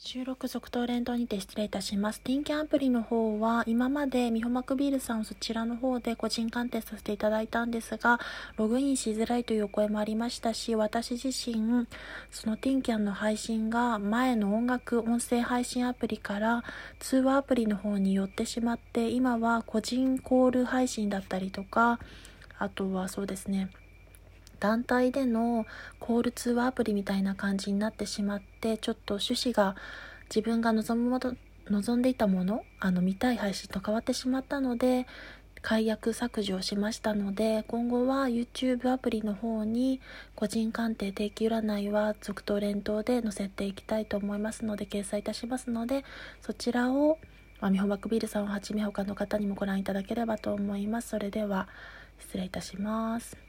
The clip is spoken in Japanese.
収録続投連投にて失礼いたします。ティンキャンアプリの方は今までミホマクビールさんをそちらの方で個人鑑定させていただいたんですが、ログインしづらいというお声もありましたし、私自身そのティンキャンの配信が前の音声配信アプリから通話アプリの方に寄ってしまって、今は個人コール配信だったりとか、あとはそうですね、団体でのコール通話アプリみたいな感じになってしまって、ちょっと趣旨が自分が望んでいたもの、見たい配信と変わってしまったので、解約削除をしましたので、今後は YouTube アプリの方に個人鑑定定期占いは続投連投で載せていきたいと思いますので、掲載いたしますので、そちらをミホマクビールさんをはじめ他の方にもご覧いただければと思います。それでは失礼いたします。